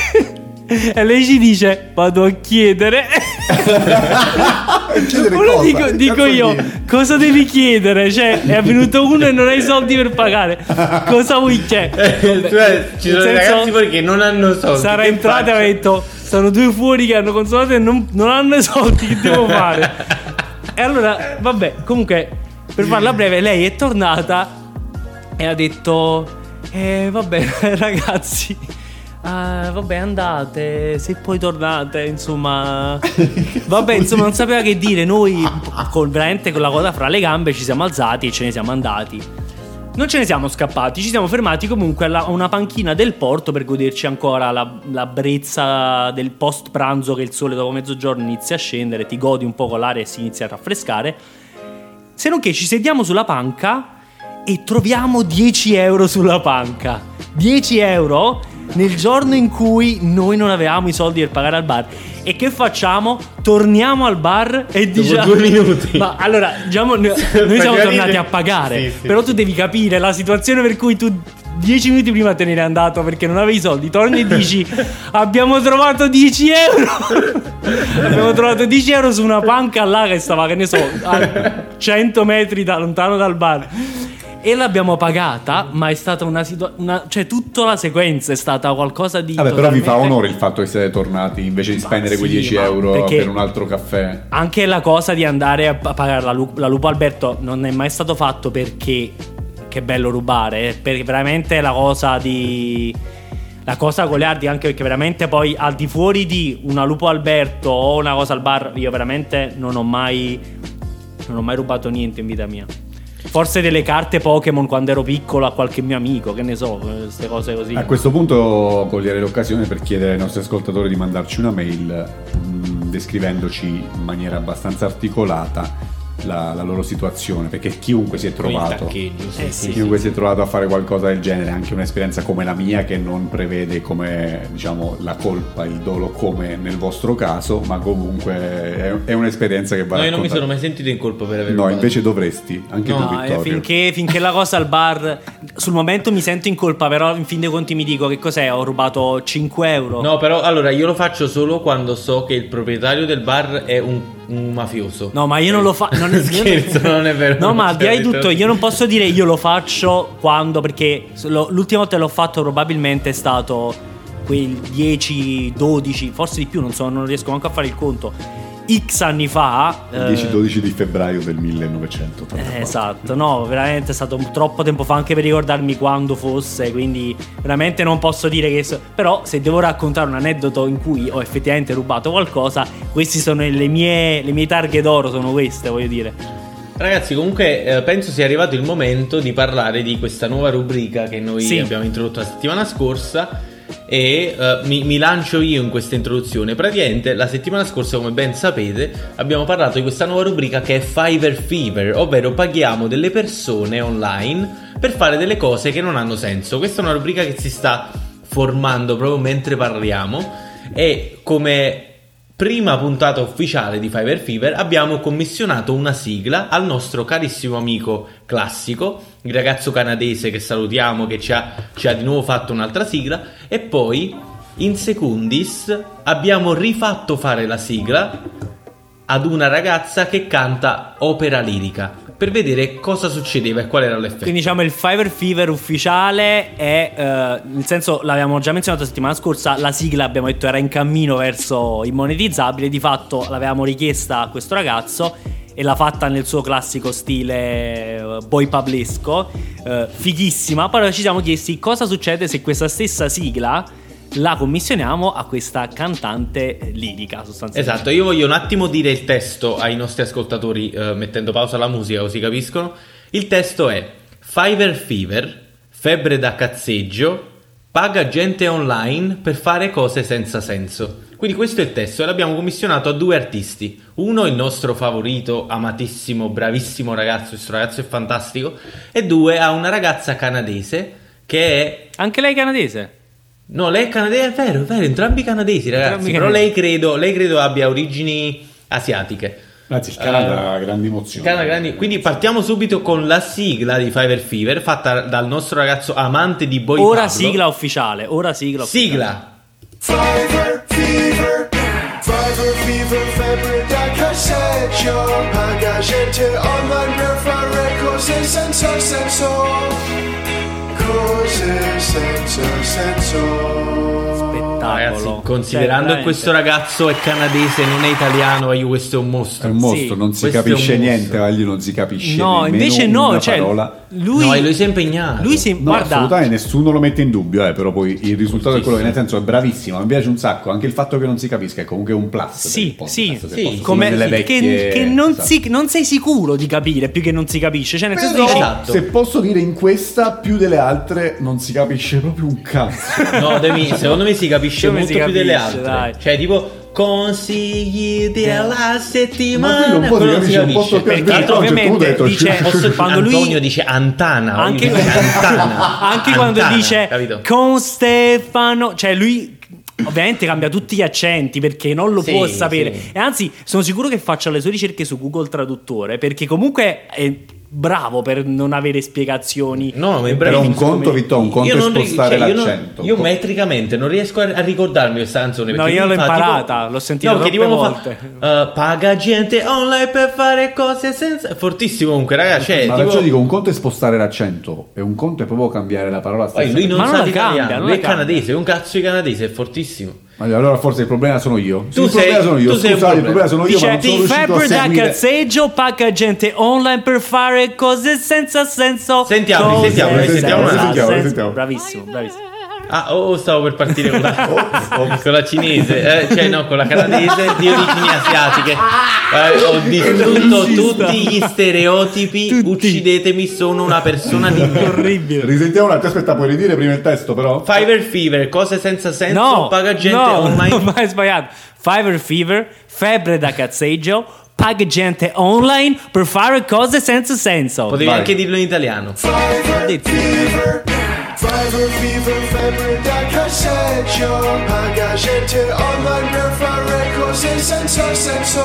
E lei ci dice vado a chiedere. Chiedere Uno cosa? dico, Che dico cazzo io chiedi? cosa devi chiedere? Cioè è venuto uno e non hai soldi per pagare. Cosa vuoi chiedere? Cioè, ci sono Nel dei senso, ragazzi fuori che non hanno soldi. sarà che entrata e faccio? ha detto sono due fuori che hanno consumato e non, non hanno i soldi, che devo fare? E allora vabbè, comunque per farla breve, lei è tornata e ha detto eh vabbè ragazzi, ah, vabbè andate, se poi tornate insomma. Vabbè insomma non sapeva che dire. Noi con, veramente con la coda fra le gambe ci siamo alzati e ce ne siamo andati. Non ce ne siamo scappati, ci siamo fermati comunque alla- a una panchina del porto per goderci ancora la, la brezza del post pranzo, che il sole dopo mezzogiorno inizia a scendere, ti godi un po' con l'aria e si inizia a raffrescare. Se non che ci sediamo sulla panca e troviamo dieci euro sulla panca. dieci euro nel giorno in cui noi non avevamo i soldi per pagare al bar. E che facciamo? Torniamo al bar e diciamo due minuti. Ma allora, diciamo, noi noi siamo Faceva tornati ridere. a pagare. Sì, sì, però sì. tu devi capire la situazione per cui tu dieci minuti prima te ne eri andato perché non avevi i soldi. Torni e dici abbiamo trovato dieci euro. Abbiamo trovato dieci euro su una panca là che stava, che ne so, a cento metri da lontano dal bar. E l'abbiamo pagata, ma è stata una situazione, cioè tutta la sequenza è stata qualcosa di Vabbè, però vi fa totalmente- onore il fatto che siete tornati invece di spendere sì, quei dieci ma euro perché- per un altro caffè. Anche la cosa di andare a pa- pagare la, Lu- la Lupo Alberto non è mai stato fatto perché che bello rubare, eh, perché veramente la cosa di la cosa goliardi, anche perché veramente poi al di fuori di una Lupo Alberto o una cosa al bar, io veramente non ho mai non ho mai rubato niente in vita mia. Forse delle carte Pokémon quando ero piccolo a qualche mio amico, che ne so, queste cose così. A questo punto cogliere l'occasione per chiedere ai nostri ascoltatori di mandarci una mail mh, descrivendoci in maniera abbastanza articolata la, la loro situazione, perché chiunque si è Con il trovato taccheggio, sì, Eh, sì, sì. chiunque si è trovato a fare qualcosa del genere, anche un'esperienza come la mia che non prevede come diciamo la colpa, il dolo come nel vostro caso, ma comunque è, è un'esperienza che va No, io non mi raccontata. sono mai sentito in colpa per aver No, rubato. invece dovresti, anche No, tu No, eh, Vittorio. finché, finché la cosa al bar, sul momento mi sento in colpa, però in fin dei conti mi dico che cos'è, ho rubato cinque euro. No, però allora io lo faccio solo quando so che il proprietario del bar è un un mafioso. No, ma io non lo faccio. Non è Scherzo, non è vero. No, ma al di là di Cioè, tutto, io non posso dire io lo faccio quando, perché lo- l'ultima volta che l'ho fatto probabilmente è stato quei dieci dodici, forse di più, non so, non riesco manco a fare il conto. X anni fa. Il eh, dieci dodici di febbraio del millenovecento. Eh, esatto, no, veramente è stato troppo tempo fa anche per ricordarmi quando fosse, quindi veramente non posso dire che... so- Però se devo raccontare un aneddoto in cui ho effettivamente rubato qualcosa, questi sono le mie, le mie targhe d'oro, sono queste, voglio dire. Ragazzi, comunque eh, penso sia arrivato il momento di parlare di questa nuova rubrica che noi Sì. abbiamo introdotto la settimana scorsa. E uh, mi, mi lancio io in questa introduzione. Praticamente la settimana scorsa, come ben sapete, abbiamo parlato di questa nuova rubrica che è Fiverr Fever, ovvero paghiamo delle persone online per fare delle cose che non hanno senso. Questa è una rubrica che si sta formando proprio mentre parliamo, e come prima puntata ufficiale di Fiverr Fever abbiamo commissionato una sigla al nostro carissimo amico Classico, il ragazzo canadese che salutiamo, che ci ha, ci ha di nuovo fatto un'altra sigla, e poi in secundis abbiamo rifatto fare la sigla ad una ragazza che canta opera lirica per vedere cosa succedeva e qual era l'effetto. Quindi diciamo il Fiverr Fever ufficiale è, eh, nel senso, l'avevamo già menzionato la settimana scorsa, la sigla abbiamo detto era in cammino verso il monetizzabile, di fatto l'avevamo richiesta a questo ragazzo e l'ha fatta nel suo classico stile eh, boy pablesco, eh, fighissima. Poi ci siamo chiesti cosa succede se questa stessa sigla la commissioniamo a questa cantante lirica, sostanzialmente. Esatto, io voglio un attimo dire il testo ai nostri ascoltatori, eh, mettendo pausa alla musica così capiscono. Il testo è: Fiverr Fever, febbre da cazzeggio, paga gente online per fare cose senza senso. Quindi questo è il testo e l'abbiamo commissionato a due artisti. Uno, il nostro favorito, amatissimo, bravissimo ragazzo, questo ragazzo è fantastico. E due, a una ragazza canadese che è... Anche lei canadese? No, lei è canadese, è vero, è vero, entrambi canadesi, ragazzi. Entrambi Però canadesi. lei credo, lei credo abbia origini asiatiche. Anzi, il Canada ha grandi emozioni. Canada, grandi- Quindi partiamo subito con la sigla di Fiverr Fever, fatta dal nostro ragazzo amante di Boy Ora Pablo. sigla ufficiale, ora sigla ufficiale. Sigla. Fiverr Fever, Fiverr Fever, febbre da cazzeggio, paga gente online per fare cose senza senso, cose senza senso. Ragazzi, Spettacolo. considerando Cioè, che questo ragazzo è canadese, non è italiano, io questo è un È mostro. un mostro, Sì, non si questo è capisce un niente, mostro. ma gli non si capisce No, nemmeno invece no, una cioè parola. lui No, e lui si è impegnato. Lui si No, guarda, assolutamente nessuno lo mette in dubbio, eh, però poi il risultato è quello che, nel senso, è bravissimo, mi piace un sacco, anche il fatto che non si capisca è comunque un plus. per Sì, il podcast, sì, se sì, posso, come, come delle che, vecchie- che non, esatto. si- non sei sicuro di capire più che non si capisce. Cioè, nel senso Però, dici, Esatto. se posso dire, in questa più delle altre non si capisce proprio un cazzo. No, Demi, secondo me si capisce Come molto si più delle capisce, altre. dai. Cioè, tipo, consigli della settimana. Ma qui non può quello si capisce, un po' capisce. tocca il Perché Perché ovviamente oggi tu hai detto- dice Posso- quando lui Antonio dice Antana. anche, quindi dice Antana. anche quando Antana, dice capito? con Stefano, cioè lui ovviamente cambia tutti gli accenti perché non lo Sì, può sapere. sì. E anzi, sono sicuro che faccia le sue ricerche su Google Traduttore perché comunque è bravo per non avere spiegazioni. No, ma è Però un bravissimo. conto, Vittorio, un conto Io è non ri- spostare cioè, io non- l'accento. Io metricamente non riesco a a ricordarmi questa canzone. No, perché io lui l'ho fa imparata, tipo- l'ho sentita no, perché troppe tipo volte. Fa, uh, paga gente online per fare cose senza. È fortissimo comunque, ragazzi. Cioè, Ma tipo- perciò dico, un conto è spostare l'accento e un conto è proprio cambiare la parola Poi stessa. lui non Ma non sa la l'italiano, cambia, non lui la è cambia. canadese, è un cazzo di canadese, è fortissimo. Ma allora forse il problema sono io. Tu il sei- problema sono io. tu sei un Scusate, il problema. problema sono io, ma Dice non sono di riuscito a febbre da seguire. cazzeggio, paga gente online per fare cose senza senso. Sentiamoli, Cose sentiamoli, senza sentiamo un attimo. Sentiamo, senso. sentiamo. Bravissimo, bravissimo. Ah, oh, stavo per partire con la, con la cinese, eh, cioè no, con la canadese di origini asiatiche. Eh, ho distrutto tutti gli stereotipi. Tutti. Uccidetemi, sono una persona di Orribile. Risentiamo un attimo, aspetta, puoi ridire prima il testo però? Fiverr Fever, cose senza senso, No, paga gente no, online. no, hai sbagliato. Fiverr Fever, febbre da cazzeggio, paga gente online per fare cose senza senso. Potevi Vai. anche dirlo in italiano. Fiverr detto. Fever, Fiverr Fever, febbre da cazzeggio, paga gente online per fare cose senza senso,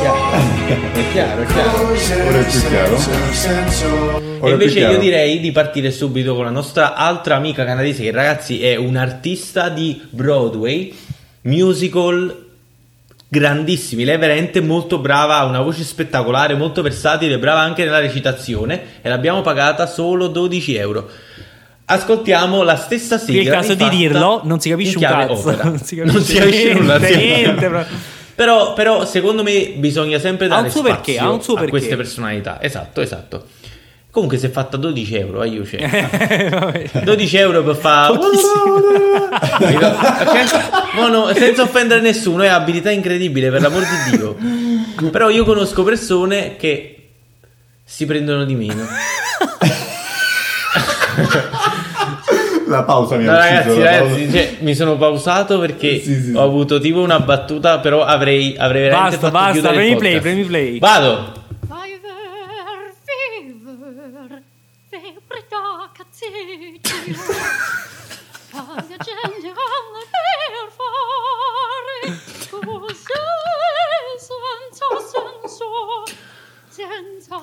È chiaro, è chiaro. cose Ora è più chiaro. senza senso. Ora E è più invece io chiaro. direi di partire subito con la nostra altra amica canadese, che ragazzi è un'artista di Broadway, musical grandissimi. Lei è veramente molto brava, ha una voce spettacolare, molto versatile, brava anche nella recitazione, e l'abbiamo pagata solo dodici euro. Ascoltiamo la stessa sigla. Qui è il caso di rifatta dirlo, non si capisce in un chiave cazzo. opera. Non si capisce, Non si capisce niente, nulla, sì. niente, però. Però, però secondo me bisogna sempre Ha dare un suo spazio perché, ha un suo a perché. queste personalità. Esatto, esatto. Comunque si è fatta dodici euro, eh, io c'è. Eh, vabbè. dodici euro per fare okay? Senza offendere nessuno, è abilità incredibile, per l'amor di Dio. Però io conosco persone che si prendono di meno. La pausa mi ha No, ucciso, ragazzi, la ragazzi pausa. cioè, mi sono pausato perché Sì, sì, sì. ho avuto tipo una battuta, però avrei, avrei veramente Basta, fatto basta, chiudere il premi play, podcast. premi play. Vado. Fever, fever, febbre da cazzeggio. Alla gente alla per fare cose senza senso, senza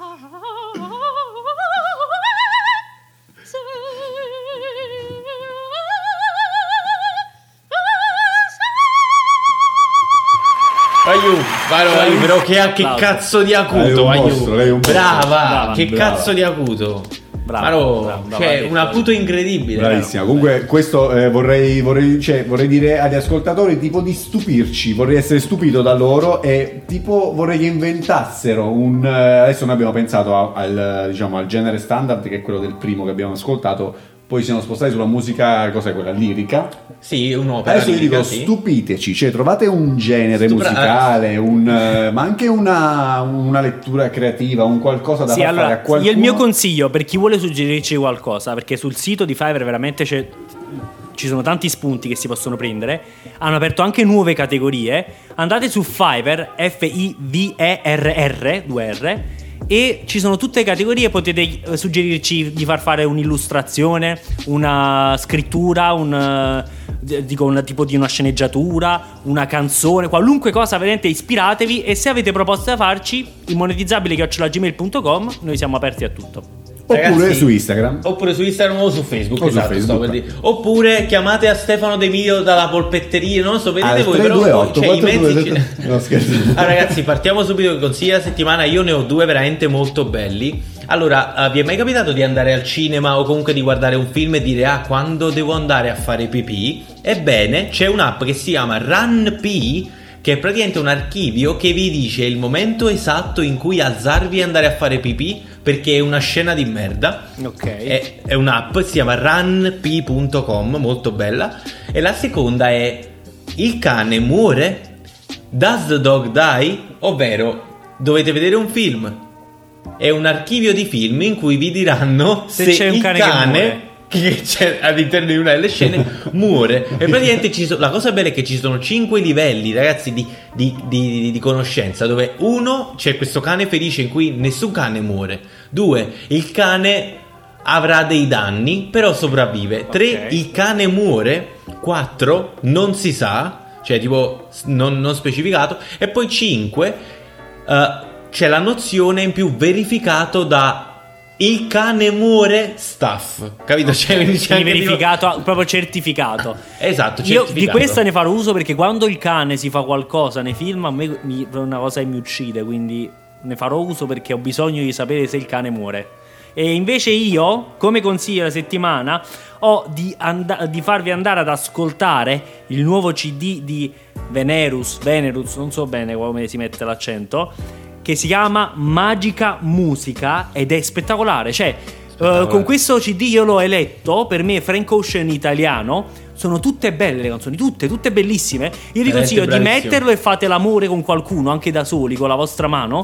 Aiu, vai, vai, però che, che Applauso. cazzo di Lei è acuto, un Aiu. mostro, lei è un mostro. Brava, Brava, che brava. cazzo di acuto. Bravo, Maro, bravo, bravo, cioè, bravo. un acuto incredibile. Bravissima. Comunque, questo eh, vorrei, vorrei, cioè, vorrei dire agli ascoltatori tipo di stupirci. Vorrei essere stupito da loro e tipo vorrei che inventassero un. eh, Adesso noi abbiamo pensato a- al, diciamo, al genere standard, che è quello del primo che abbiamo ascoltato. Poi siamo spostati sulla musica, cos'è quella? Lirica. Sì, un'opera Adesso vi lirica, dico, sì. stupiteci, cioè trovate un genere Stupra- musicale, un, eh, ma anche una, una lettura creativa, un qualcosa da Sì, far allora, fare a qualcuno. io il mio consiglio per chi vuole suggerirci qualcosa, perché sul sito di Fiverr veramente c'è, ci sono tanti spunti che si possono prendere, hanno aperto anche nuove categorie. Andate su Fiverr, F I V E R R, due R, e ci sono tutte le categorie. Potete eh, suggerirci di far fare un'illustrazione, una scrittura, un, eh, d- dico un tipo di una sceneggiatura, una canzone, qualunque cosa, vedete, ispiratevi. E se avete proposte da farci, immonetizzabili chiocciola gmail punto com, noi siamo aperti a tutto. Oppure Ragazzi, su Instagram. Oppure su Instagram o su Facebook, O su esatto, Facebook. stavo per dire. Oppure chiamate a Stefano De Mio dalla polpetteria, non lo so, vedete Al voi, tre però due otto, cioè, i quattro due mezzi sette- no, scherzo. Ah, ragazzi, partiamo subito con i consigli della settimana. Io ne ho due veramente molto belli. Allora, eh, vi è mai capitato di andare al cinema o comunque di guardare un film e dire ah, quando devo andare a fare pipì? Ebbene, c'è un'app che si chiama RunPee, che è praticamente un archivio che vi dice il momento esatto in cui alzarvi e andare a fare pipì, perché è una scena di merda. Ok. È, è un'app, si chiama runpee punto com, molto bella. E la seconda è il cane muore? Does the dog die? Ovvero, dovete vedere un film. È un archivio di film in cui vi diranno Se se, c'è un il cane cane, che muore. che c'è all'interno di una delle scene muore. E praticamente ci so- la cosa bella è che ci sono cinque livelli, ragazzi, di, di, di, di conoscenza, dove uno, c'è questo cane felice in cui nessun cane muore. Due, il cane avrà dei danni però sopravvive. Tre, Ok. il cane muore. Quattro, non si sa, cioè tipo s- non, non specificato. E poi cinque, eh, c'è la nozione in più verificato da il cane muore staff, capito? Cioè, quindi c'è Quindi anche tipo- verificato, proprio certificato. Esatto, Io di certificato. questa ne farò uso perché quando il cane si fa qualcosa nei film a me mi, è una cosa che mi uccide, quindi ne farò uso perché ho bisogno di sapere se il cane muore. E invece io, come consiglio della settimana, ho di, and- di farvi andare ad ascoltare il nuovo C D di Venerus, Venerus, non so bene come si mette l'accento, che si chiama Magica Musica ed è spettacolare. Cioè, eh, con questo C D io l'ho eletto, per me Frank Ocean italiano. Sono tutte belle le canzoni, tutte, tutte bellissime. Io vi Veramente consiglio di bravissimo. metterlo e fate l'amore con qualcuno, anche da soli, con la vostra mano,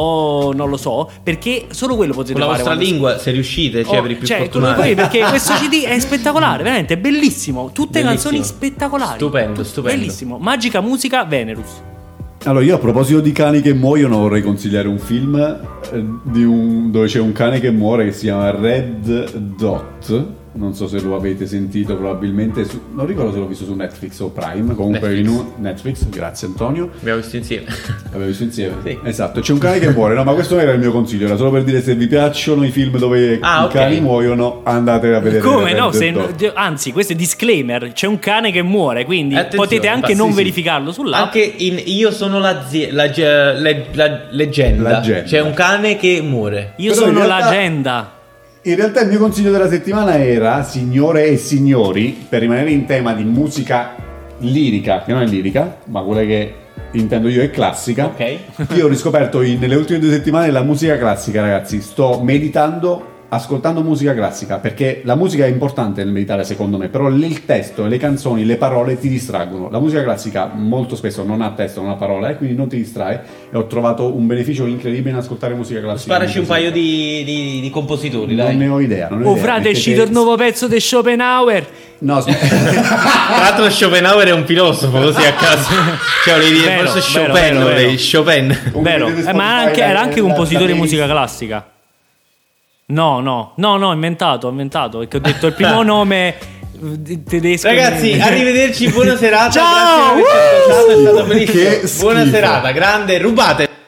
o non lo so, perché solo quello potete con la fare. vostra quando- lingua, se riuscite, cioè Oh, per i più cioè, fortunati. quello- perché questo C D è spettacolare, veramente, è bellissimo. Tutte Bellissimo. canzoni spettacolari. Stupendo, stupendo. Bellissimo. Magica Musica Venerus. Allora, io a proposito di cani che muoiono vorrei consigliare un film eh, di un- dove c'è un cane che muore che si chiama Red Dot. non so se lo avete sentito, probabilmente su, non ricordo se l'ho visto su Netflix o Prime, comunque Netflix, in un, Netflix grazie Antonio. Abbiamo visto insieme. L'abbiamo visto insieme? Sì. Esatto, c'è un cane che muore, no, ma questo non era il mio consiglio, era solo per dire se vi piacciono i film dove Ah, i ok. cani muoiono, andate a vedere. Come no? Red Se, Dog. anzi, questo è disclaimer: c'è un cane che muore, quindi Attenzione, potete anche sì, non sì. verificarlo sull'app. Anche in Io sono la, zie- la, ge- le- la leggenda. Leggenda. C'è un cane che muore. Io Però in sono realtà- l'agenda. In realtà il mio consiglio della settimana era, signore e signori, per rimanere in tema di musica lirica, che non è lirica, ma quella che intendo io è classica. Ok. Io ho riscoperto in- nelle ultime due settimane la musica classica, ragazzi. Sto meditando ascoltando musica classica, perché la musica è importante nel meditare secondo me, però il testo, le canzoni, le parole ti distraggono. La musica classica molto spesso non ha testo, non ha parole, e quindi non ti distrae, e ho trovato un beneficio incredibile in ascoltare musica classica. Sparaci un paio di, di, di compositori, Non dai. ne ho idea. Non ne ho Oh idea. frate, è Mettete- uscito il nuovo pezzo di Schopenhauer. No, sm- Tra l'altro Schopenhauer è un filosofo, così a caso. Cioè, volevi dire, Vero, forse vero, Chopin, vero, volevi- vero. Chopin. Comunque Vero, vedete eh, ma Spotify, anche- era la- anche la- compositore la di musica playlist. classica. No, no, no, no, inventato, ho inventato, perché ho detto il primo nome eh, tedesco. Ragazzi, arrivederci, buona serata. Ciao! Grazie per averci ascoltato, è stato Che bellissimo. Buona schifo. serata, grande, rubate.